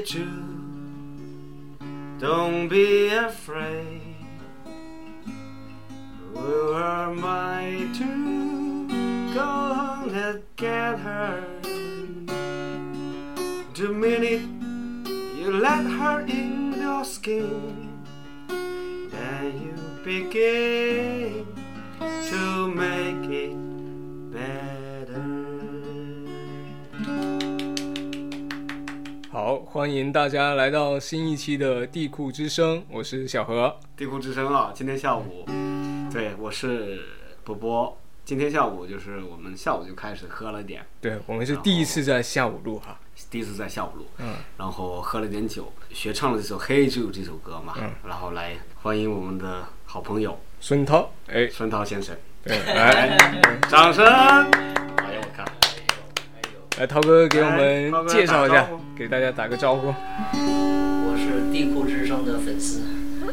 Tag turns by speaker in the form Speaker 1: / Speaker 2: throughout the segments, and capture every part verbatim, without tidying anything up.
Speaker 1: true. Don't be afraid. Who am I to go on and get hurt? The minute you let her in your skin, then you begin to make it better.
Speaker 2: 好，欢迎大家来到新一期的地库之声，我是小何。
Speaker 1: 地库之声啊，今天下午，对，我是波波。今天下午就是我们下午就开始喝了点，
Speaker 2: 对，我们是第一次在下午录哈，
Speaker 1: 第一次在下午录，
Speaker 2: 嗯，然
Speaker 1: 后喝了点酒，学唱了这首《Hey Jude》这首歌嘛，
Speaker 2: 嗯，
Speaker 1: 然后来欢迎我们的好朋友
Speaker 2: 孙涛，哎，
Speaker 1: 孙涛先生，
Speaker 2: 对，来，
Speaker 1: 掌声！哎呦我看，
Speaker 2: 来，涛哥给我们介绍一下，给大家打个招呼。
Speaker 3: 我是地库之声的粉丝。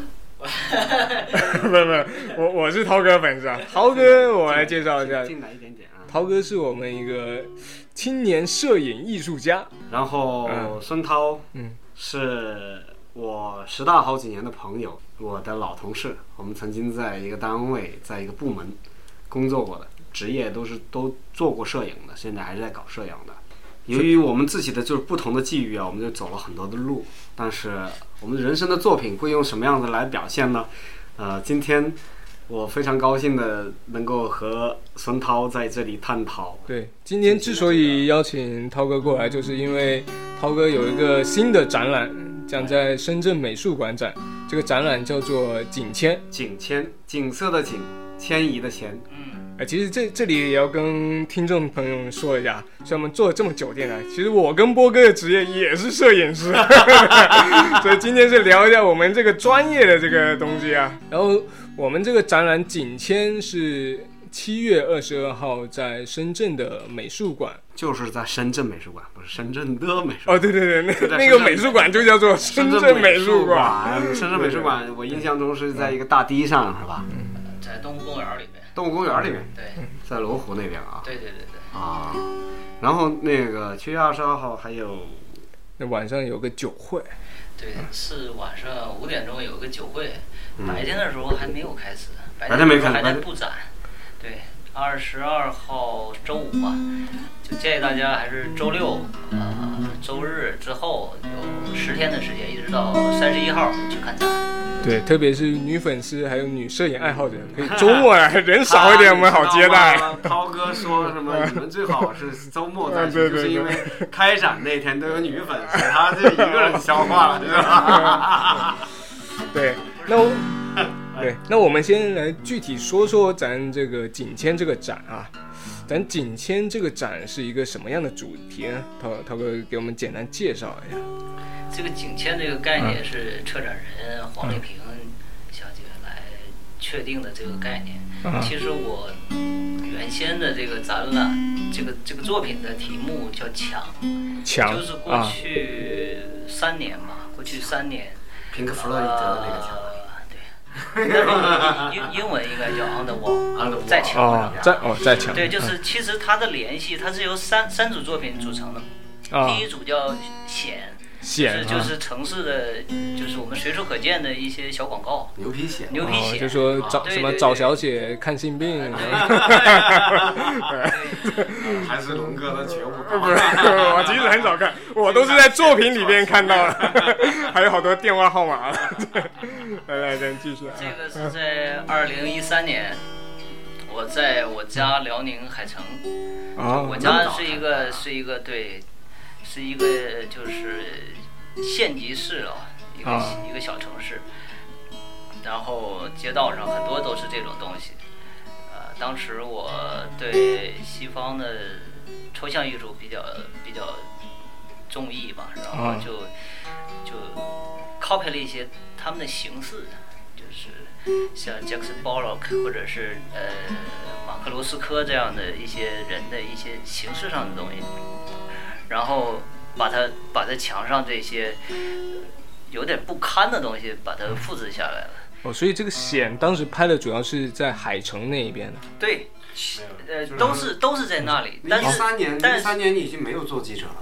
Speaker 2: 不不，我我是涛哥粉丝啊。涛哥，我来介绍一下。
Speaker 1: 进来一点点啊。
Speaker 2: 涛哥是我们一个青年摄影艺术家。
Speaker 1: 然后、嗯、孙涛，
Speaker 2: 嗯，
Speaker 1: 是我识大好几年的朋友，我的老同事。我们曾经在一个单位，在一个部门工作过的，职业都是都做过摄影的，现在还是在搞摄影的。由于我们自己的就是不同的际遇啊，我们就走了很多的路，但是我们人生的作品会用什么样子来表现呢？呃，今天我非常高兴的能够和孙涛在这里探讨。
Speaker 2: 对，今天之所以邀请涛哥过来，就是因为涛哥有一个新的展览将在深圳美术馆展，这个展览叫做景迁。
Speaker 1: 景迁，景色的景，迁移的迁。
Speaker 2: 哎，其实这这里也要跟听众朋友们说一下，像我们做了这么久电台，其实我跟波哥的职业也是摄影师，所以今天是聊一下我们这个专业的这个东西啊。然后我们这个展览景迁是七月二十二号在深圳的美术馆，
Speaker 1: 就是在深圳美术馆，不是深圳的美术馆。
Speaker 2: 哦，对对对，那那个美术馆就叫做深圳美术馆。
Speaker 1: 深圳美术馆，我印象中是在一个大堤上，是吧？
Speaker 3: 嗯，在动物公园里面。
Speaker 1: 动物公园里面，
Speaker 3: 对，
Speaker 1: 在罗湖那边啊。
Speaker 3: 对对对对。
Speaker 1: 啊，然后那个七月二十二号还有，
Speaker 2: 那晚上有个酒会。
Speaker 3: 对，是晚上五点钟有个酒会，嗯、白天的时候还没有开始，白
Speaker 1: 天没开，
Speaker 3: 还在布展。对，二十二号周五嘛，就建议大家还是周六、呃周日之后有十天的时间，一直到三十一号去看展。
Speaker 2: 对，特别是女粉丝还有女摄影爱好者，可以周末来，人少一点我们好接待。
Speaker 1: 涛哥说什么？你们最好是周末再去，就是因为开展那天都有女粉丝，他就一个人消化了，是吧？
Speaker 2: 对，那我对，那我们先来具体说说咱这个景迁这个展啊。咱景迁这个展是一个什么样的主题呢？涛涛哥给我们简单介绍一下。
Speaker 3: 这个景迁这个概念是策展人黄丽萍小姐来确定的这个概念。嗯、其实我原先的这个展览，这个这个作品的题目叫墙，
Speaker 2: 墙
Speaker 3: 就是过去三年吧，啊、过去三年。
Speaker 1: 平克·弗洛伊德那个墙。
Speaker 3: 英英文应该叫 on the wall， 在墙上。
Speaker 2: 在哦，在墙。
Speaker 3: 对，就是其实它的联系，它是由三三组作品组成的。
Speaker 2: 啊、
Speaker 3: 第一组叫显，
Speaker 2: 显
Speaker 3: 就是就是城市的，就是我们随处可见的一些小广告。
Speaker 1: 牛皮癣，
Speaker 3: 牛皮癣，
Speaker 2: 哦、就说找、啊、什么找小姐看性病。
Speaker 1: 还是龙哥的觉悟。
Speaker 2: 不是，我其实很少看，我都是在作品里边看到的，还有好多电话号码。来来，咱继续。
Speaker 3: 这个是在二零一三年，我在我家辽宁海城。
Speaker 2: 啊，
Speaker 3: 我家是一个是一个对，是一个就是县级市啊，一个、啊、一个小城市。然后街道上很多都是这种东西。呃，当时我对西方的抽象艺术比较比较中意吧，然后就、啊、就 copy 了一些他们的形式，就是像 Jackson Pollock 或者是呃马克罗斯科这样的一些人的一些形式上的东西，然后把它把在墙上这些有点不堪的东西把它复制下来了。
Speaker 2: 哦，所以这个显当时拍的主要是在海城那一边的。
Speaker 3: 对，呃，都是都是在那里。但是
Speaker 1: 一三年，一三年你已经没有做记者了吧？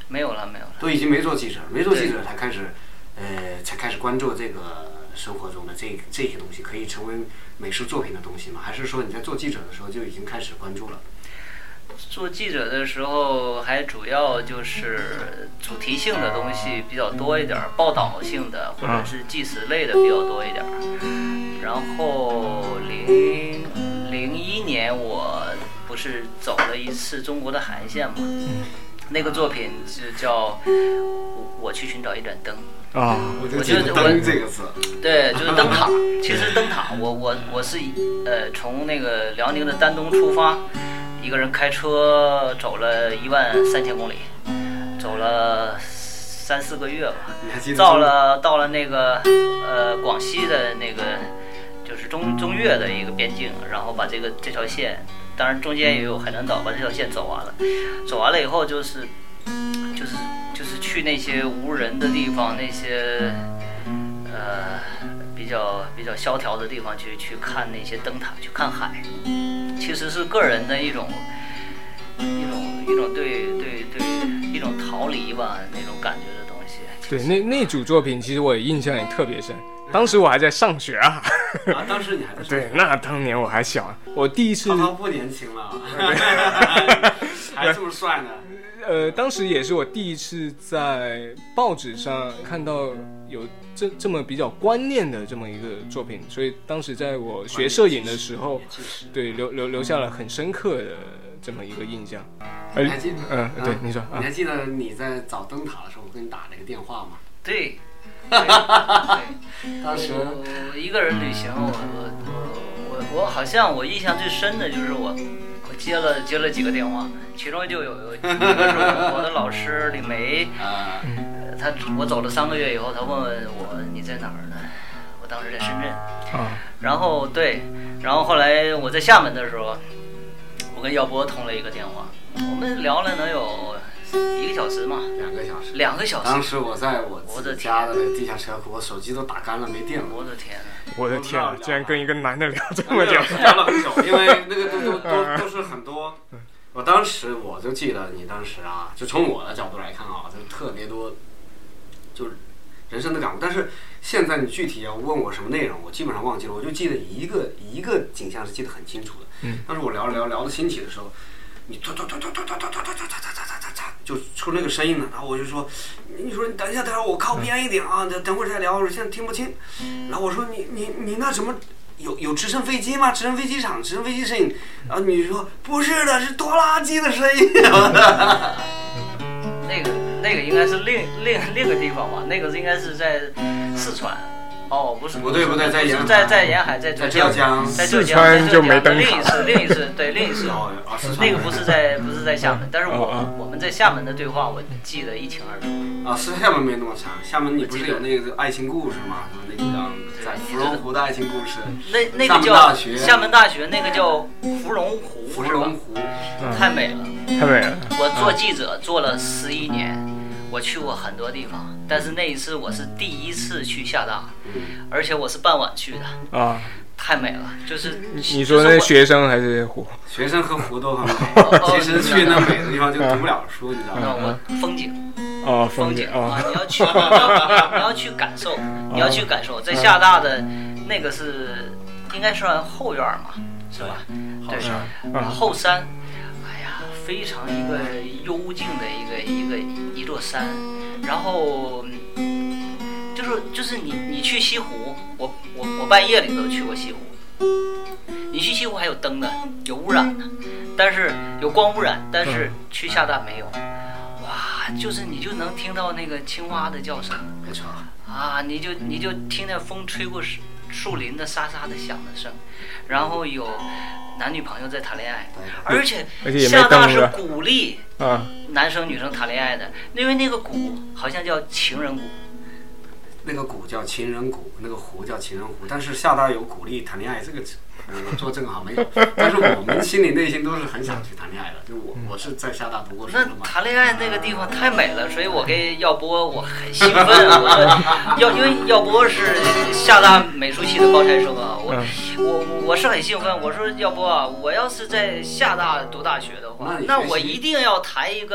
Speaker 3: 没有了，没有了，
Speaker 1: 都已经没做记者，没做记者才开始，呃，才开始关注这个生活中的这这些东西，可以成为美术作品的东西吗？还是说你在做记者的时候就已经开始关注了？
Speaker 3: 做记者的时候还主要就是主题性的东西比较多一点，报道性的或者是纪实类的比较多一点。然后零零一年我不是走了一次中国的海岸线嘛，那个作品是叫我去寻找一盏灯。
Speaker 2: 啊，
Speaker 1: 我就记得灯这个字。
Speaker 3: 对，就是灯塔。其实灯塔，我我我是呃从那个辽宁的丹东出发，一个人开车走了一万三千公里，走了三四个月吧，到了到了那个呃广西的那个就是中中越的一个边境，然后把这个这条线，当然中间也有海南岛，把这条线走完了，走完了以后就是就是就是去那些无人的地方，那些呃比较比较萧条的地方去去看那些灯塔，去看海。其实是个人的一种一种一种对对对一种逃离吧，那种感觉的东西。
Speaker 2: 对，那那组作品其实我也印象也特别深。当时我还在上学啊。
Speaker 1: 啊，当时你还在上学？
Speaker 2: 对，那当年我还小，我第一次。
Speaker 1: 涛涛不年轻了，还这么帅呢。
Speaker 2: 呃，当时也是我第一次在报纸上看到有这这么比较观念的这么一个作品，所以当时在我学摄影的时候，对留留留下了很深刻的这么一个印象。
Speaker 1: 你还记得？
Speaker 2: 嗯、呃，对，你说。
Speaker 1: 你还记得你在找灯塔的时候，我跟你打了一个电话吗？
Speaker 3: 对。对, 对
Speaker 1: 当时
Speaker 3: 我一个人旅行，我我我我好像我印象最深的就是我我接了接了几个电话，其中就有有一个是我的老师李梅，呃、他我走了三个月以后，他问问我你在哪儿呢？我当时在深圳，
Speaker 2: 啊，
Speaker 3: 然后对，然后后来我在厦门的时候，我跟耀波通了一个电话，我们聊了能有一个小时嘛，
Speaker 1: 两个小时，
Speaker 3: 两个小时。
Speaker 1: 当时我在我自己家的地下车库，我手机都打干了，没电了。
Speaker 3: 我的天哪！
Speaker 2: 我的天啊！竟然跟一个男的聊这么久，
Speaker 1: 聊了很久，因为那个都都都都是很多。我当时我就记得你当时啊，就从我的角度来看啊，就特别多，就是人生的感悟。但是现在你具体要问我什么内容，我基本上忘记了，我就记得一个一个景象是记得很清楚的。
Speaker 2: 嗯。
Speaker 1: 当时我聊聊聊到兴起的时候，你突突突突突突突突突突突突突就出那个声音了，然后我就说，你说你等一下，等一下，我靠边一点啊，等等会儿再聊，我现在听不清。然后我说你你你那什么有有直升飞机吗？直升飞机场，直升飞机声音。然后你说不是的，是拖拉机的声音。
Speaker 3: 那个那个应该是另另另个地方吧，那个应该是在四川。哦，不是，
Speaker 1: 不对不对，在沿海，
Speaker 3: 在在沿海，在
Speaker 1: 浙江，
Speaker 3: 在浙江，
Speaker 2: 四川就没灯塔。
Speaker 3: 另一次，另一次，对，另一次，
Speaker 1: 哦，
Speaker 3: 那个不是在不是在厦门，但是我我们在厦门的对话我记得一清二楚。
Speaker 1: 啊，是厦门没那么长，厦门你不是有那个爱情故事吗？那个叫在芙蓉湖的爱情故事。
Speaker 3: 那那个叫厦门大学，那个叫芙蓉湖，
Speaker 1: 芙蓉湖，
Speaker 3: 太美了，
Speaker 2: 太美了。
Speaker 3: 我做记者做了十一年。我去过很多地方，但是那一次我是第一次去厦大，而且我是傍晚去的
Speaker 2: 啊，
Speaker 3: 太美了。就是
Speaker 2: 你说那学生还是湖？
Speaker 1: 学生和湖都很美。其实去那美的地方就读不了书，你知道吗？
Speaker 3: 我风景，
Speaker 2: 哦，
Speaker 3: 风景
Speaker 2: 啊，
Speaker 3: 你要去，你要你要去感受，你要去感受，在厦大的那个是应该算后院嘛，是吧？对，后山。非常一个幽静的一个一个一座山，然后就是就是你你去西湖，我我我半夜里都去过西湖。你去西湖还有灯的，有污染的，但是有光污染，但是去厦大没有。哇，就是你就能听到那个青蛙的叫声，
Speaker 1: 没错
Speaker 3: 啊，你就你就听那风吹过树林的沙沙的响的声，然后有男女朋友在谈恋爱，而且厦大是鼓励男生女生谈恋爱的，因为那个鼓好像叫情人鼓，
Speaker 1: 那个鼓叫情人鼓，那个湖叫情人湖，但是厦大有鼓励谈恋爱这个呃做正好没有，但是我们心里内心都是很想去谈恋爱的，就我我是在厦大读过书的嘛。
Speaker 3: 那谈恋爱那个地方太美了，所以我跟耀波我很兴奋，我说耀因为耀波是厦大美术系的高材生啊，我我我是很兴奋，我说耀波啊，我要是在厦大读大学的话，那我一定要谈一个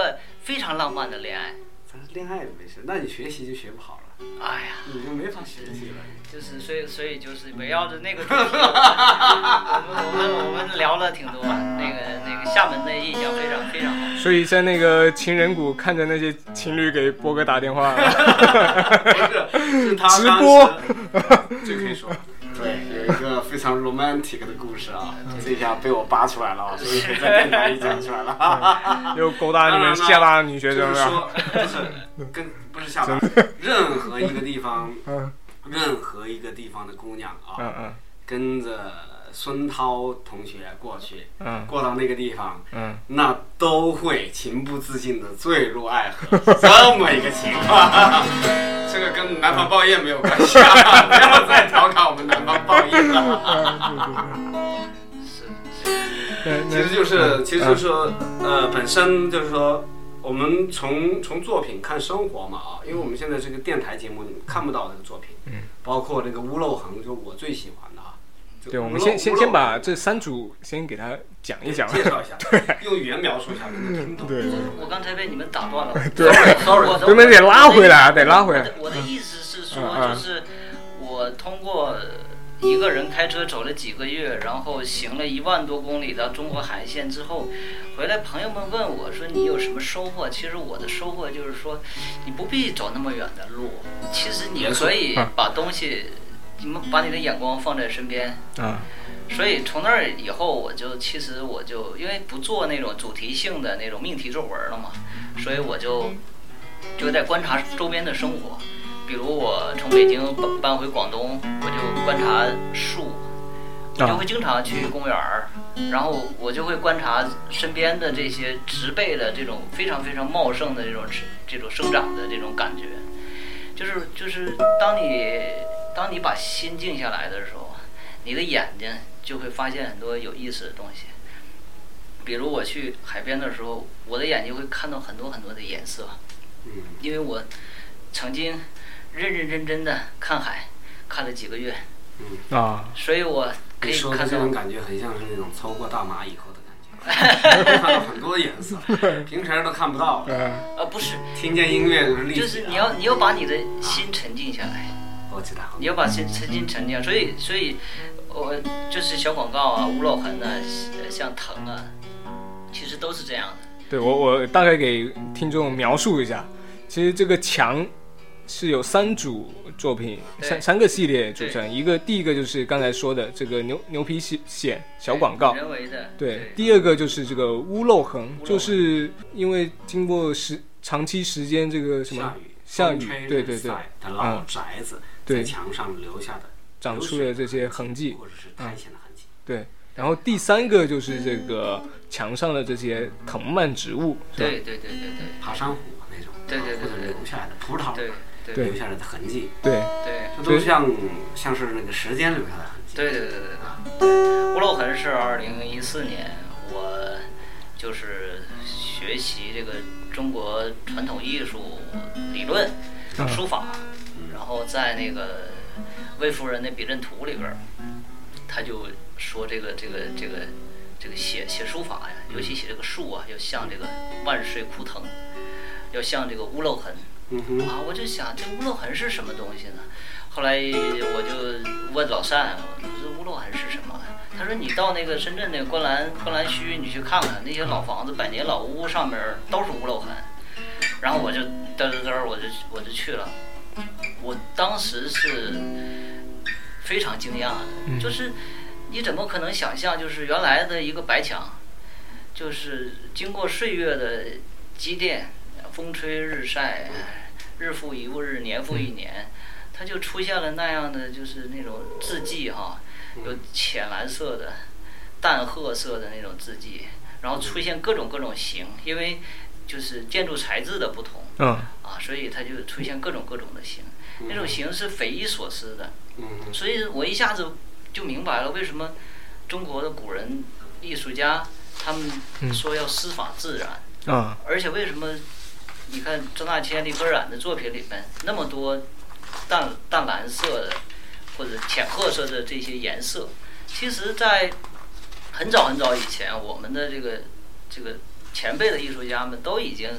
Speaker 3: 非常浪漫的恋爱。
Speaker 1: 咱恋爱也没事，那你学习就学不好了。
Speaker 3: 哎呀，
Speaker 1: 你就没法学习了。
Speaker 3: 就是所以所以就是围绕着那个主题，我们我们我们聊了挺多，那个那个厦门的印象非常非常好。
Speaker 2: 所以在那个情人谷看着那些情侣给波哥打电话，
Speaker 1: 不是，是他
Speaker 2: 直播，
Speaker 1: 这可以说。对，有一个非常 romantic 的故事啊，这下被我扒出来了，所以在电台里讲出来了，
Speaker 2: 又勾搭你们厦大女学生
Speaker 1: 了。不是，跟不是厦大，任何一个地方，任何一个地方的姑娘啊，
Speaker 2: 嗯嗯，
Speaker 1: 跟着孙涛同学过去，
Speaker 2: 嗯，
Speaker 1: 过到那个地方，
Speaker 2: 嗯，
Speaker 1: 那都会情不自禁的坠入爱河，这么一个情况。这个跟南方报业没有关系啊！不要再调侃我们南方报业了。是，其实就是，其实就是说，呃，本身就是说，我们从从作品看生活嘛啊，因为我们现在这个电台节目你们看不到这个作品，嗯，包括这个屋漏横，就是我最喜欢的啊。
Speaker 2: 对，我们先先先把这三组先给他讲一讲，
Speaker 1: 介绍一下，对，用语言描述一下，能听懂。
Speaker 2: 对，
Speaker 3: 我刚才被你们打断了。
Speaker 2: 对
Speaker 1: ，sorry，
Speaker 2: 对面得拉回来，得拉回来。
Speaker 3: 我的意思是说，就是我通过一个人开车走了几个月，然后行了一万多公里到中国海线之后，回来朋友们问我说你有什么收获？其实我的收获就是说，你不必走那么远的路，其实你可以把东西。你们把你的眼光放在身边啊，所以从那儿以后，我就其实我就因为不做那种主题性的那种命题作文了嘛，所以我就就在观察周边的生活。比如我从北京搬搬回广东，我就观察树，我就会经常去公园儿，然后我就会观察身边的这些植被的这种非常非常茂盛的这种这种生长的这种感觉，就是就是当你。当你把心静下来的时候，你的眼睛就会发现很多有意思的东西。比如我去海边的时候，我的眼睛会看到很多很多的颜色，因为我曾经认认真真的看海，看了几个月，啊，所以我可以看到。你说的
Speaker 1: 这种感觉很像是那种抽过大麻以后的感觉，看到很多颜色，平时都看不到。
Speaker 3: 呃，不是，
Speaker 1: 听见音乐就是立体。
Speaker 3: 就是你要你要把你的心沉静下来。
Speaker 1: 我知道，
Speaker 3: 你要把心沉浸沉淀，所以所以，我就是小广告啊，屋漏痕啊，像藤啊，其实都是这样的。
Speaker 2: 对，我我大概给听众描述一下，其实这个墙是有三组作品，三三个系列组成，一个第一个就是刚才说的这个牛牛皮癣小广告，
Speaker 3: 人为的。
Speaker 2: 对，对第二个就是这个屋漏痕，就是因为经过时长期时间这个什么下雨，对对对，
Speaker 1: 的老宅子。在墙上留下的
Speaker 2: 长出的这些痕迹，
Speaker 1: 或者是苔藓的痕迹。
Speaker 2: 对，然后第三个就是这个墙上的这些藤蔓植物，
Speaker 3: 对对对对对，
Speaker 1: 爬山虎那种，
Speaker 3: 对对对，
Speaker 1: 或者留下来的葡萄，
Speaker 3: 对
Speaker 2: 对，
Speaker 1: 留下来的痕迹，
Speaker 2: 对
Speaker 3: 对，
Speaker 1: 这都像像是那个时间留下的痕迹。
Speaker 3: 对对对对对，屋漏痕是二零一四年，我就是学习这个中国传统艺术理论、书法。然后在那个魏夫人的笔阵图里边，他就说这个这个这个这个写写书法呀，尤其写这个树啊，要像这个万水枯藤，要像这个屋漏痕。
Speaker 1: 嗯、
Speaker 3: 啊，我就想这屋漏痕是什么东西呢？后来我就问老单，我说屋漏痕是什么？他说你到那个深圳那个观澜观澜区，你去看看那些老房子、百年老屋上面都是屋漏痕。然后我就嘚嘚嘚，我就我就去了。我当时是非常惊讶的，嗯、就是你怎么可能想象，就是原来的一个白墙，就是经过岁月的积淀，风吹日晒，日复一日，年复一年，它就出现了那样的就是那种字迹哈，有浅蓝色的、淡褐色的那种字迹，然后出现各种各种形，因为就是建筑材质的不同，
Speaker 2: 嗯
Speaker 3: 啊，所以它就出现各种各种的形。那种形是匪夷所思的，所以我一下子就明白了为什么中国的古人艺术家他们说要师法自然，
Speaker 2: 嗯、
Speaker 3: 而且为什么你看张大千、李可染的作品里面那么多淡淡蓝色的或者浅褐色的这些颜色，其实在很早很早以前，我们的这个这个前辈的艺术家们都已经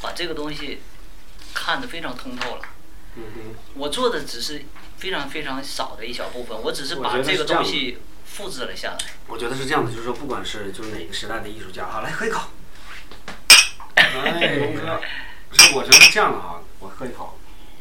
Speaker 3: 把这个东西看得非常通透了。
Speaker 1: 嗯哼，
Speaker 3: 我做的只是非常非常少的一小部分，我只是把这个东西复制了下来。
Speaker 1: 我觉得是这样的，就是说，不管是就是哪个时代的艺术家，好，来喝一口。哎，龙哥，是我觉得是这样的哈，我喝一口。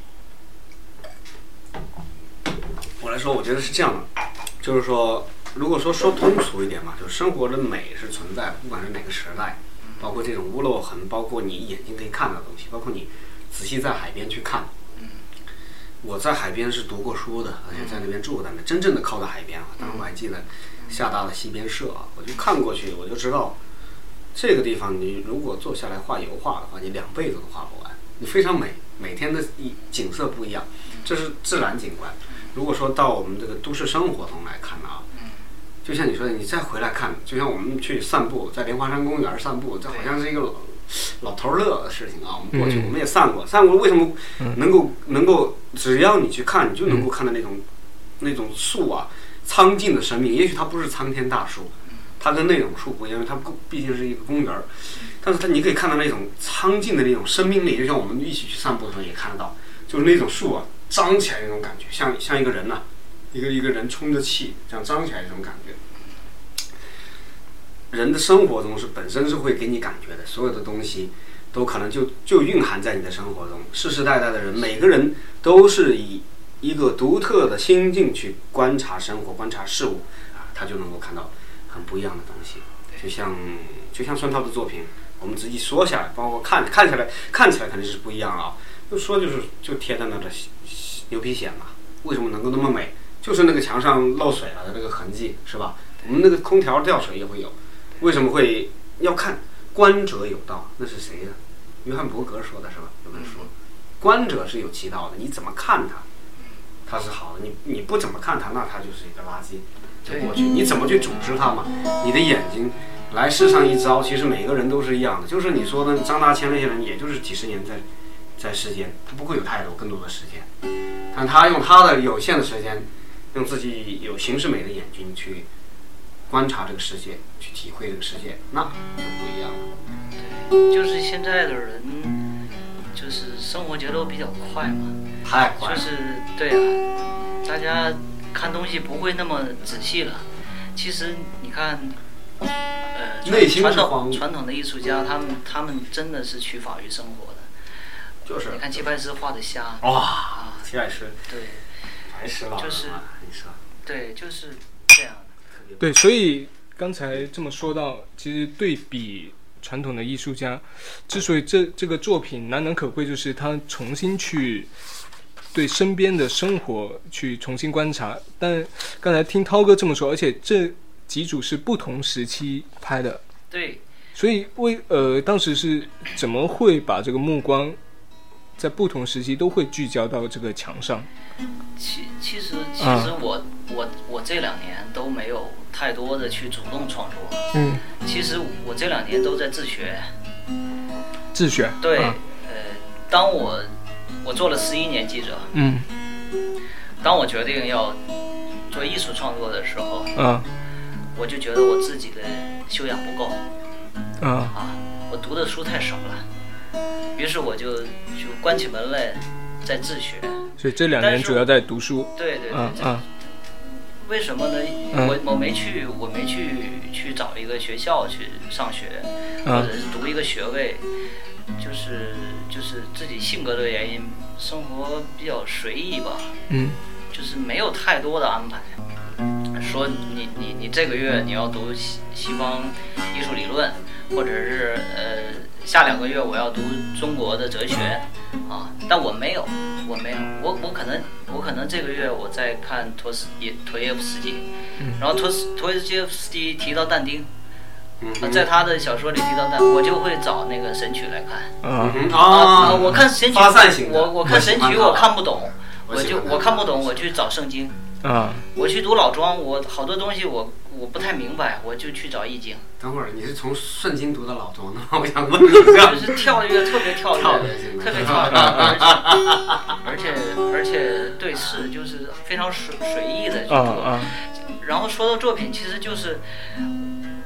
Speaker 1: 我来说，我觉得是这样的，就是说，如果说说通俗一点嘛，就是生活的美是存在的，不管是哪个时代，包括这种屋漏痕，包括你眼睛可以看到的东西，包括你仔细在海边去看。我在海边是读过书的，而且在那边住的，真正的靠在海边啊。当时我还记得厦大的西边社啊，我就看过去，我就知道这个地方你如果坐下来画油画的话，你两辈子都画不完。你非常美，每天的景色不一样，这是自然景观。如果说到我们这个都市生活中来看呢啊，就像你说的，你再回来看，就像我们去散步，在莲花山公园散步，这好像是一个老老头乐的事情啊。我们过去我们也散过，散过为什么能够能够，只要你去看，你就能够看到那种那种树啊，苍劲的生命。也许它不是苍天大树，它跟那种树不一样，它毕竟是一个公园，但是它你可以看到那种苍劲的那种生命力，就像我们一起去散步的时候也看得到，就是那种树啊张起来那种感觉，像像一个人呐、啊，一个一个人充着气，这样张起来这种感觉。人的生活中是本身是会给你感觉的，所有的东西都可能就就蕴含在你的生活中。世世代代的人，每个人都是以一个独特的心境去观察生活、观察事物啊，他就能够看到很不一样的东西。就像就像孙涛的作品，我们仔细说下来，包括看看起来看起来肯定是不一样啊。就说就是就贴在那的牛皮癣嘛，为什么能够那么美？就是那个墙上漏水了的那个痕迹，是吧？我们那个空调掉水也会有。为什么会要看？观者有道，那是谁的？约翰伯格说的是吧？有本书，观者是有其道的，你怎么看它，它是好的；你你不怎么看它，那它就是一个垃圾，就过去。你怎么去组织它嘛？你的眼睛来世上一遭，其实每个人都是一样的。就是你说的张大千那些人，也就是几十年在在世间，他不会有太多更多的时间，但他用他的有限的时间，用自己有形式美的眼睛去观察这个世界，去体会这个世界，那就不一样了。
Speaker 3: 对，就是现在的人，就是生活节奏比较快嘛，
Speaker 1: 太快了。
Speaker 3: 就是对啊，大家看东西不会那么仔细了。其实你看，呃，传统传统的艺术家，他们他们真的是取法于生活的。
Speaker 1: 就是
Speaker 3: 你看齐白石画的虾，
Speaker 1: 哇，齐白石，
Speaker 3: 对，
Speaker 1: 白石老人
Speaker 3: 就是
Speaker 1: 你说，
Speaker 3: 对，就是这样的。
Speaker 2: 对，所以刚才这么说到，其实对比传统的艺术家，之所以这这个作品难能可贵，就是他重新去对身边的生活去重新观察。但刚才听涛哥这么说，而且这几组是不同时期拍的，
Speaker 3: 对，
Speaker 2: 所以为呃当时是怎么会把这个目光在不同时期都会聚焦到这个墙上？
Speaker 3: 其其实其实我、啊、我我这两年都没有太多的去主动创作。
Speaker 2: 嗯，
Speaker 3: 其实我这两年都在自学。
Speaker 2: 自学。
Speaker 3: 对，
Speaker 2: 啊、
Speaker 3: 呃，当我我做了十一年记者。
Speaker 2: 嗯。
Speaker 3: 当我决定要做艺术创作的时候，
Speaker 2: 啊，
Speaker 3: 我就觉得我自己的修养不够。
Speaker 2: 啊
Speaker 3: 啊，我读的书太少了。于是我就就关起门来在自学，
Speaker 2: 所以这两年主要在读书。
Speaker 3: 对对对，
Speaker 2: 啊啊！
Speaker 3: 为什么呢？
Speaker 2: 嗯、
Speaker 3: 我我没去，我没去去找一个学校去上学，
Speaker 2: 啊、
Speaker 3: 或者是读一个学位，就是就是自己性格的原因，生活比较随意吧。
Speaker 2: 嗯，
Speaker 3: 就是没有太多的安排。说你你你这个月你要读西西方艺术理论，或者是呃。下两个月我要读中国的哲学，啊，但我没有，我没有，我我可能我可能这个月我在看托斯耶托耶夫斯基，然后托斯托耶夫斯基提到但丁，呃，在他的小说里提到但，我就会找那个神曲来看。
Speaker 2: 嗯
Speaker 3: 啊，我看神曲，我我看神曲
Speaker 1: 我
Speaker 3: 看不懂，我就我看不懂，我去找圣经。
Speaker 2: 啊，
Speaker 3: 我去读老庄，我好多东西我我不太明白，我就去找易经。
Speaker 1: 等会儿你是从圣经读到老庄的吗？我想问你这样。
Speaker 3: 就是跳跃，特别跳跃，
Speaker 1: 跳跃
Speaker 3: 特别跳跃，而且而且对是就是非常随随意的去做。
Speaker 2: 啊啊、
Speaker 3: 然后说到作品，其实就是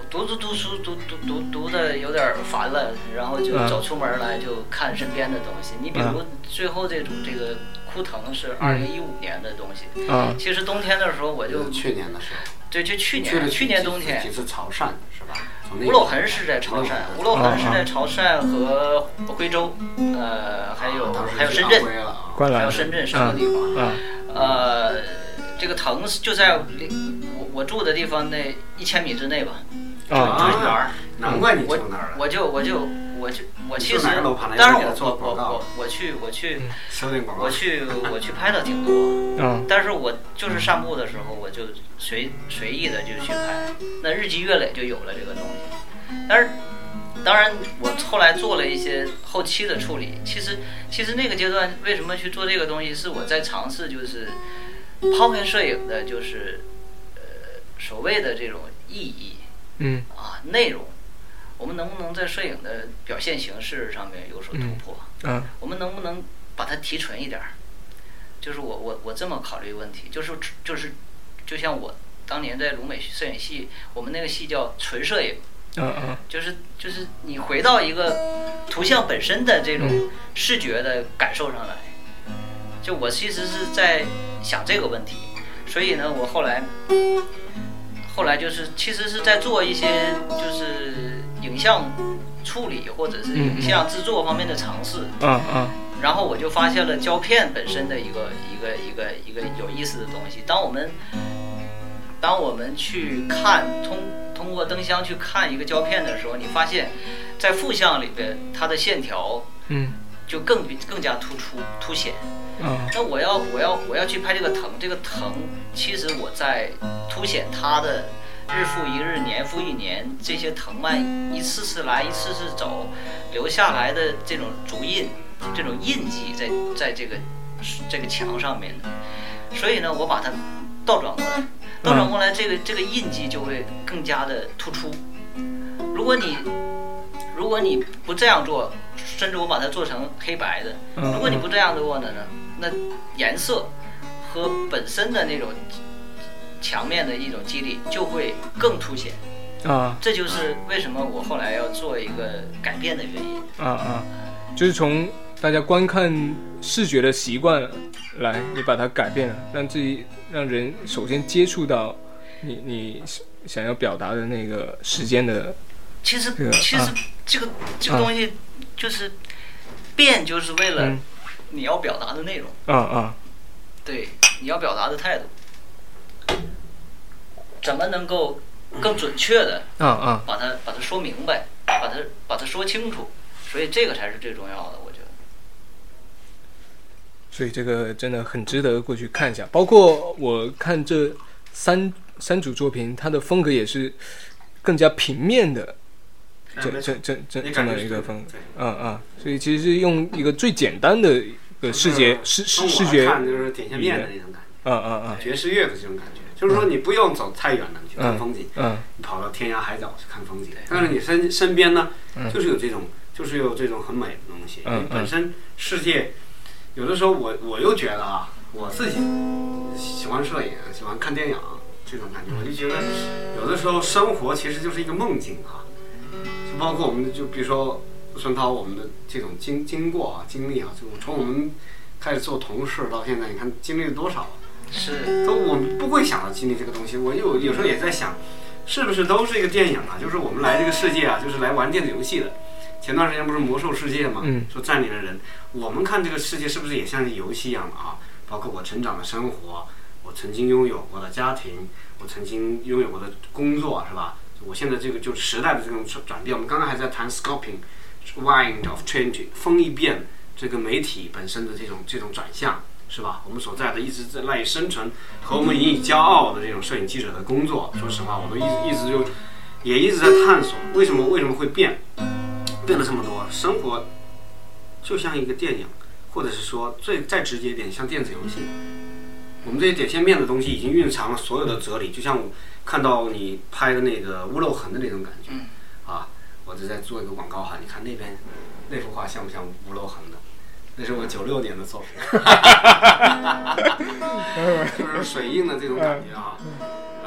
Speaker 3: 读读读书读读读读的有点烦了，然后就走出门来就看身边的东西。你比如最后这种这个枯藤是二零一五年的东西，
Speaker 2: 啊，
Speaker 3: 其实冬天的时候我就
Speaker 1: 去年的时候，
Speaker 3: 对，就去年去年冬天
Speaker 1: 几次潮汕是吧？
Speaker 3: 吴陋痕是在潮汕，吴陋痕是在潮汕和徽州，呃，还有还有深圳，还有深圳三个地方。呃，这个藤就在我我住的地方那一千米之内吧，就是园。
Speaker 1: 难怪你住那儿了。
Speaker 3: 我就我就我就我其实，但是我我我我我去我去我去我去拍的挺多，但是我就是散步的时候我就随随意的就去拍，那日积月累就有了这个东西。但是当然我后来做了一些后期的处理，其实其实那个阶段为什么去做这个东西，是我在尝试就是抛开摄影的就是呃所谓的这种意义，
Speaker 2: 嗯
Speaker 3: 啊内容。我们能不能在摄影的表现形式上面有所突破？
Speaker 2: 嗯，
Speaker 3: 我们能不能把它提纯一点儿？就是我我我这么考虑问题，就是就是就像我当年在鲁美摄影系，我们那个系叫纯摄影，
Speaker 2: 嗯嗯，
Speaker 3: 就是就是你回到一个图像本身的这种视觉的感受上来。就我其实是在想这个问题，所以呢，我后来后来就是其实是在做一些就是影像处理或者是影像制作方面的尝试，
Speaker 2: 嗯嗯，
Speaker 3: 然后我就发现了胶片本身的一个一个一个一个有意思的东西。当我们当我们去看通通过灯箱去看一个胶片的时候，你发现，在负像里边它的线条，嗯，就更更加突出凸显。嗯，那我要我要我要去拍这个藤，这个藤其实我在凸显它的日复一日、年复一年，这些藤蔓一次次来、一次次走，留下来的这种足印、这种印记在在这个这个墙上面的。所以呢，我把它倒转过来，倒转过来，这个这个印记就会更加的突出。如果你如果你不这样做，甚至我把它做成黑白的，如果你不这样做的呢，那颜色和本身的那种墙面的一种肌理就会更凸显
Speaker 2: 啊。
Speaker 3: 这就是为什么我后来要做一个改变的原因
Speaker 2: 啊啊，就是从大家观看视觉的习惯来，你把它改变了，让自己让人首先接触到你你想要表达的那个时间的。
Speaker 3: 其实其实这个这个东西就是变，就是为了你要表达的内容。
Speaker 2: 啊啊，
Speaker 3: 对，你要表达的态度，怎么能够更准确的
Speaker 2: 啊啊
Speaker 3: 把它把它说明白，把它把它说清楚，所以这个才是最重要的，我觉得。
Speaker 2: 所以这个真的很值得过去看一下。包括我看这三三组作品，它的风格也是更加平面的。这这这这这么一个风格，嗯嗯，所以其实是用一个最简单的一个视觉视视视觉，
Speaker 1: 看就是点线面的那种感觉，
Speaker 2: 嗯嗯嗯，
Speaker 1: 爵士乐的这种感觉，就是说你不用走太远了，你去看风景，
Speaker 2: 嗯，
Speaker 1: 你跑到天涯海角去看风景，但是你身身边呢，就是有这种就是有这种很美的东西，你本身世界有的时候我我又觉得啊，我自己喜欢摄影，喜欢看电影这种感觉，我就觉得有的时候生活其实就是一个梦境啊。包括我们就比如说孙涛我们的这种经经过啊经历啊，就从我们开始做同事到现在，你看经历了多少？
Speaker 3: 是，
Speaker 1: 都我们不会想到经历这个东西。我有有时候也在想，是不是都是一个电影啊？就是我们来这个世界啊，就是来玩电子游戏的。前段时间不是魔兽世界嘛，
Speaker 2: 嗯，
Speaker 1: 说占领了人。我们看这个世界是不是也像一个游戏一样的啊？包括我成长的生活，我曾经拥有过的家庭，我曾经拥有过的工作，是吧？我现在这个就是时代的这种转变，我们刚刚还在谈 scoping wind of change 风一变，这个媒体本身的这种这种转向，是吧？我们所在的一直在赖以生存和我们引以骄傲的这种摄影记者的工作，说实话，我都一直一直就也一直在探索，为什么为什么会变，变了这么多？生活就像一个电影，或者是说最再直接一点，像电子游戏。我们这些点线面的东西已经蕴藏了所有的哲理，就像我看到你拍的那个屋漏痕的那种感觉，啊，我就在做一个广告哈，你看那边那幅画像不像屋漏痕的？那是我九六年的作品，就是水印的这种感觉啊。然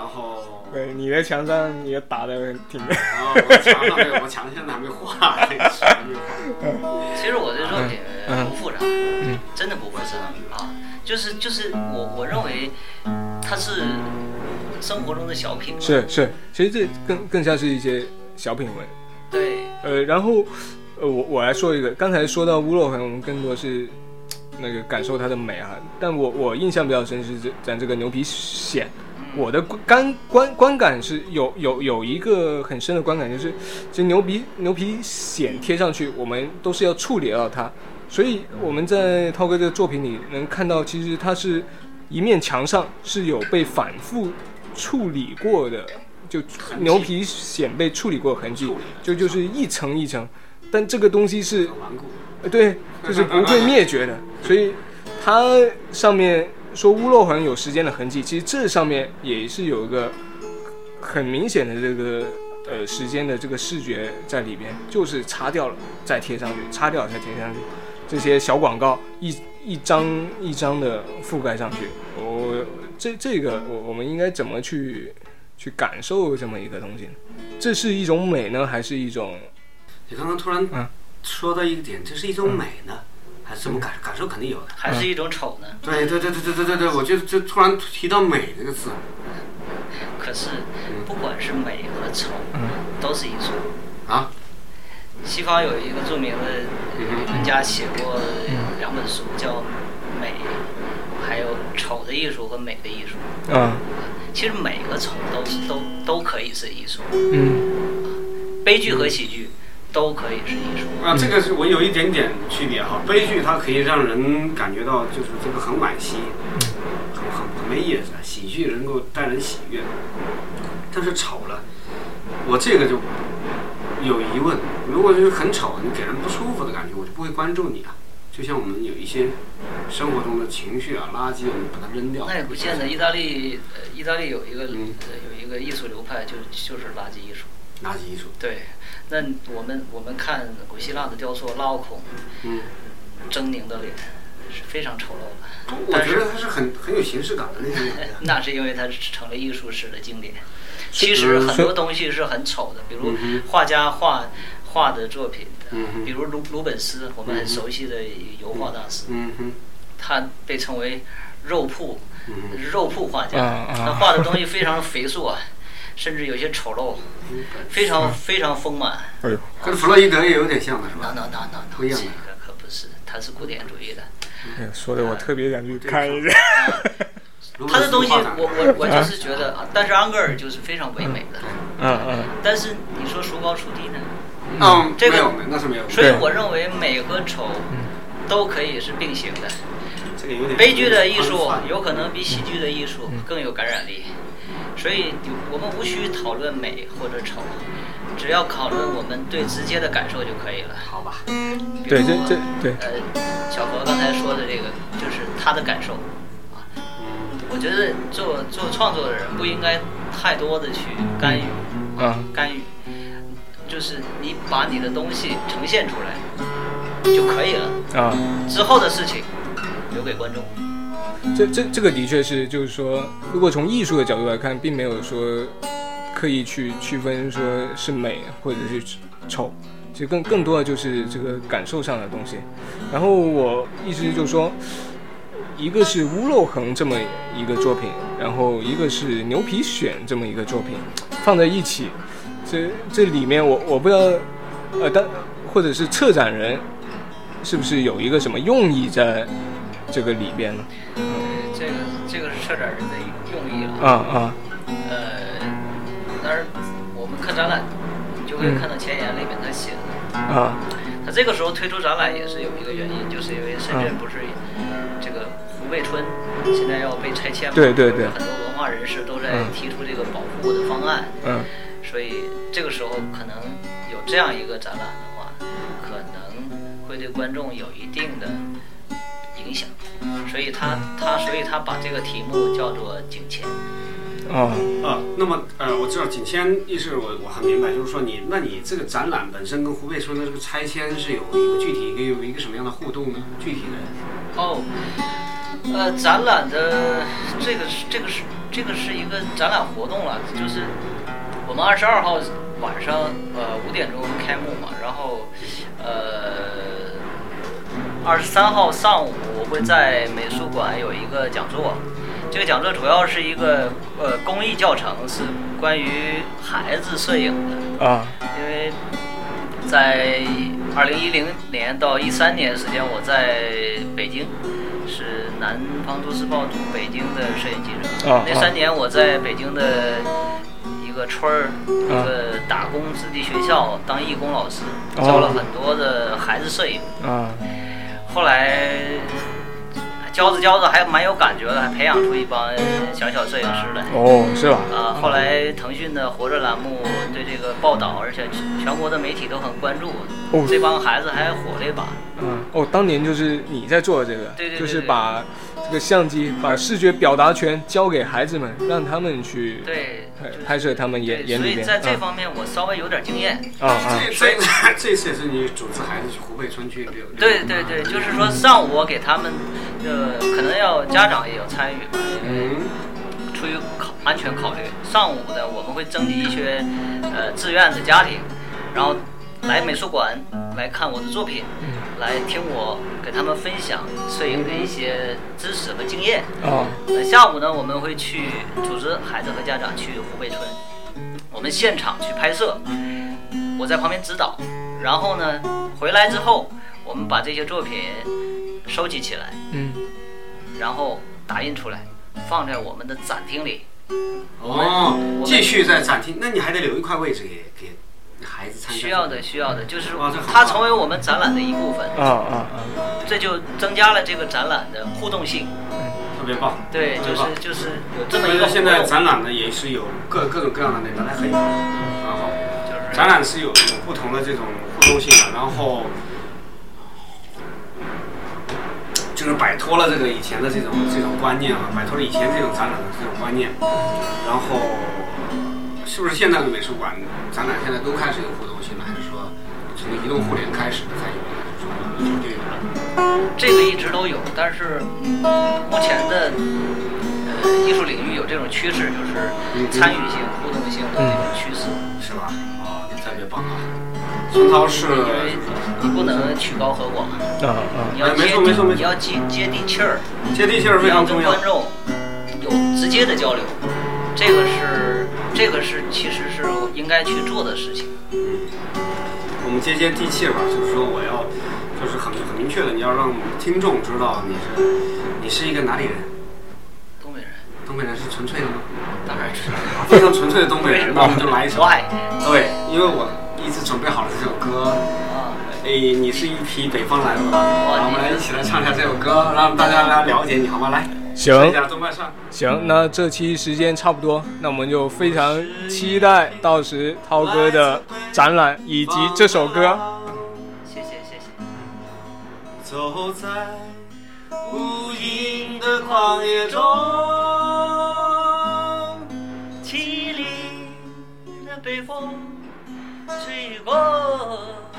Speaker 1: 后
Speaker 2: 对，你的墙上也打的挺。
Speaker 1: 然后我墙上没有，我墙现在还没画，还没画。
Speaker 3: 其实我这作品
Speaker 2: 嗯
Speaker 3: 不复杂，
Speaker 2: 嗯，
Speaker 3: 真的不复杂啊，就是就是我我认为它是生活中的小品。
Speaker 2: 是是，其实这更更像是一些小品文。
Speaker 3: 对。
Speaker 2: 呃，然后呃，我我来说一个，刚才说到乌洛痕，我们更多是那个感受它的美啊，但我我印象比较深是这咱这个牛皮癣。我的观观观感是有有有一个很深的观感，就是这牛皮牛皮癣贴上去，我们都是要处理到它，所以我们在涛哥这个作品里能看到，其实它是一面墙上是有被反复处理过的，就牛皮癣被处理过的痕迹，就就是一层一层，但这个东西是，对，就是不会灭绝的，所以它上面。说乌洛痕有时间的痕迹，其实这上面也是有一个很明显的这个呃时间的这个视觉在里边，就是擦掉了再贴上去，擦掉了再贴上去，这些小广告一一张一张的覆盖上去。我这这个我我们应该怎么去去感受这么一个东西呢？这是一种美呢，还是一种？
Speaker 1: 你刚刚突然说到一个点，这是一种美呢？嗯还是什么感受？感受肯定有的，
Speaker 3: 还是一种丑呢？
Speaker 1: 对对对对对对对对，我就就突然提到美这个词。
Speaker 3: 可是，不管是美和丑，都是艺术。
Speaker 1: 啊？
Speaker 3: 西方有一个著名的理论家写过两本书，叫《美》，还有丑的艺术和美的艺术。
Speaker 2: 啊。
Speaker 3: 其实美和丑都是都都可以是艺术。
Speaker 2: 嗯。
Speaker 3: 悲剧和喜剧。都可以是艺术
Speaker 1: 啊，这个是我有一点点区别哈。悲剧它可以让人感觉到就是这个很惋惜，很很很没意思。喜剧能够带人喜悦，但是丑了，我这个就有疑问。如果就是很丑，你给人不舒服的感觉，我就不会关注你啊。就像我们有一些生活中的情绪啊、垃圾，我们把它扔掉。
Speaker 3: 那也不见得。意大利，呃，意大利有一个、嗯呃、有一个艺术流派，就就是垃圾艺术。
Speaker 1: 垃圾艺术。
Speaker 3: 对。那我们我们看古希腊的雕塑拉奥孔，嗯，狰狞的脸是非常丑陋的。
Speaker 1: 我觉得它是很很有形式感的那种。
Speaker 3: 那是因为它成了艺术史的经典。其实很多东西是很丑的，比如画家画画的作品，嗯、比如鲁鲁本斯，我们很熟悉的油画大师，嗯、他被称为肉铺、嗯、肉铺画家，他、嗯、画的东西非常肥硕啊。甚至有些丑陋，非常非常丰满。
Speaker 1: 哎呦，跟弗洛伊德也有点像的是吧？
Speaker 3: 那那那那
Speaker 1: 不一样的。
Speaker 3: 这个可不是，他是古典主义的。
Speaker 2: 哎呀，说的我特别想去看一下。
Speaker 3: 他的东西，我我我就是觉得啊，但是安格尔就是非常唯美的。
Speaker 2: 嗯嗯。
Speaker 3: 但是你说孰高孰低呢？
Speaker 1: 嗯，
Speaker 3: 这个
Speaker 1: 那是没有。
Speaker 3: 所以我认为美和丑都可以是并行的。悲剧的艺术有可能比喜剧的艺术更有感染力。所以我们无需讨论美或者丑，只要讨论我们对直接的感受就可以了。
Speaker 1: 好吧。
Speaker 2: 对，这这对。
Speaker 3: 呃，小何刚才说的这个就是他的感受啊。我觉得做做创作的人不应该太多的去干预啊，干预，就是你把你的东西呈现出来就可以了啊。之后的事情留给观众。
Speaker 2: 这这这个的确是，就是说，如果从艺术的角度来看，并没有说刻意去区分说是美或者是丑，其实更更多的就是这个感受上的东西。然后我意思就是说，一个是乌漏痕这么一个作品，然后一个是牛皮癣这么一个作品，放在一起，这这里面我我不知道，呃，但或者是策展人是不是有一个什么用意在这个里边呢？
Speaker 3: 嗯，这个这个是策展人的用意了。
Speaker 2: 啊啊。
Speaker 3: 呃，当然我们看展览，你就会看到前言里面他写的。
Speaker 2: 啊。
Speaker 3: 他这个时候推出展览也是有一个原因，就是因为深圳不是这个湖北村现在要被拆迁嘛？
Speaker 2: 对对对。
Speaker 3: 很多文化人士都在提出这个保护的方案。
Speaker 2: 嗯。
Speaker 3: 所以这个时候可能有这样一个展览的话，可能会对观众有一定的影响，所以他他所以他把这个题目叫做景迁。
Speaker 2: 哦
Speaker 1: 啊，那么呃，我知道景迁意思我我很明白，就是说你那你这个展览本身跟湖北村的这个拆迁是有一个具体一个有一个什么样的互动呢？具体的？
Speaker 3: 哦，呃，展览的这个是这个是这个是一个展览活动了，就是我们二十二号晚上呃五点钟开幕嘛，然后呃二十三号上午我会在美术馆有一个讲座，这个讲座主要是一个呃公益教程，是关于孩子摄影的
Speaker 2: 啊，
Speaker 3: 因为在二零一零年到一三年时间，我在北京是南方都市报驻北京的摄影记者。
Speaker 2: 啊、
Speaker 3: 那三年我在北京的一个村儿、啊、一个打工子弟学校当义工老师，教了很多的孩子摄影。
Speaker 2: 啊，
Speaker 3: 后来教着教着还蛮有感觉的，还培养出一帮小小摄影师来。
Speaker 2: 哦，是吧？
Speaker 3: 啊，后来腾讯的活着栏目对这个报道，而且全国的媒体都很关注。哦，这帮孩子还火了一把。
Speaker 2: 嗯，哦，当年就是你在做这个，
Speaker 3: 对对对对，
Speaker 2: 就是把这个相机、把视觉表达权交给孩子们，让他们去
Speaker 3: 对
Speaker 2: 拍摄他们眼眼里边。
Speaker 3: 所以在这方面我稍微有点经验。
Speaker 2: 啊啊！
Speaker 1: 这这这次也是你组织孩子去湖北村去溜。
Speaker 3: 对对对，就是说上午我给他们，呃，可能要家长也有参与，
Speaker 1: 嗯，
Speaker 3: 出于考安全考虑，上午的我们会征集一些呃志愿的家庭，然后来美术馆来看我的作品，来听我给他们分享摄影的一些知识和经验。
Speaker 2: 哦，
Speaker 3: 那下午呢，我们会去组织孩子和家长去湖北村，我们现场去拍摄，我在旁边指导，然后呢回来之后，我们把这些作品收集起来，
Speaker 2: 嗯，
Speaker 3: 然后打印出来，放在我们的展厅里。
Speaker 1: 哦，继续在展厅，那你还得留一块位置给给孩子参加。
Speaker 3: 需要的，需要的，就是它成为我们展览的一部分。
Speaker 2: 啊啊啊！
Speaker 3: 这就增加了这个展览的互动性。
Speaker 1: 特别棒。
Speaker 3: 对，就是就是有这么一个。
Speaker 1: 现在展览呢也是有各各种各样的那个来黑，然后就是展览是有有不同的这种互动性的，然后就是摆脱了这个以前的这种这种观念啊，摆脱了以前这种展览的这种观念，然后是不是现在的美术馆展览现在都开始有互动性了，还是说从移动互联开始的才有的，还是说以前就有了？
Speaker 3: 这个一直都有，但是目前的呃艺术领域有这种趋势，就是参与性、互动性的这种趋势，
Speaker 1: 是吧？哦，那特别棒啊！孙涛是，
Speaker 3: 因为你不能曲高和寡，
Speaker 2: 啊啊，
Speaker 3: 你要接地，你要接接地气儿，
Speaker 1: 接地气儿非常重要，
Speaker 3: 跟观众有直接的交流，这个是这个是其实是应该去做的事情。
Speaker 1: 嗯，我们接接地气吧，就是说我要。就是很很明确的，你要让听众知道你是你是一个哪里人？
Speaker 3: 东北人。
Speaker 1: 东北人是纯粹的吗？
Speaker 3: 当然是。
Speaker 1: 非常纯粹的东北人，那我们就来一首。
Speaker 3: Why？
Speaker 1: 对，因为我一直准备好了这首歌。啊。哎，你是一匹北风来了吧？好，我们来一起来唱一下这首歌，让大家来了解你，好吗？来。
Speaker 2: 行。
Speaker 1: 上
Speaker 2: 行，那这期时间差不多，那我们就非常期待到时涛哥的展览以及这首歌。
Speaker 1: 走在无垠的旷野中，
Speaker 3: 凄厉的北风吹过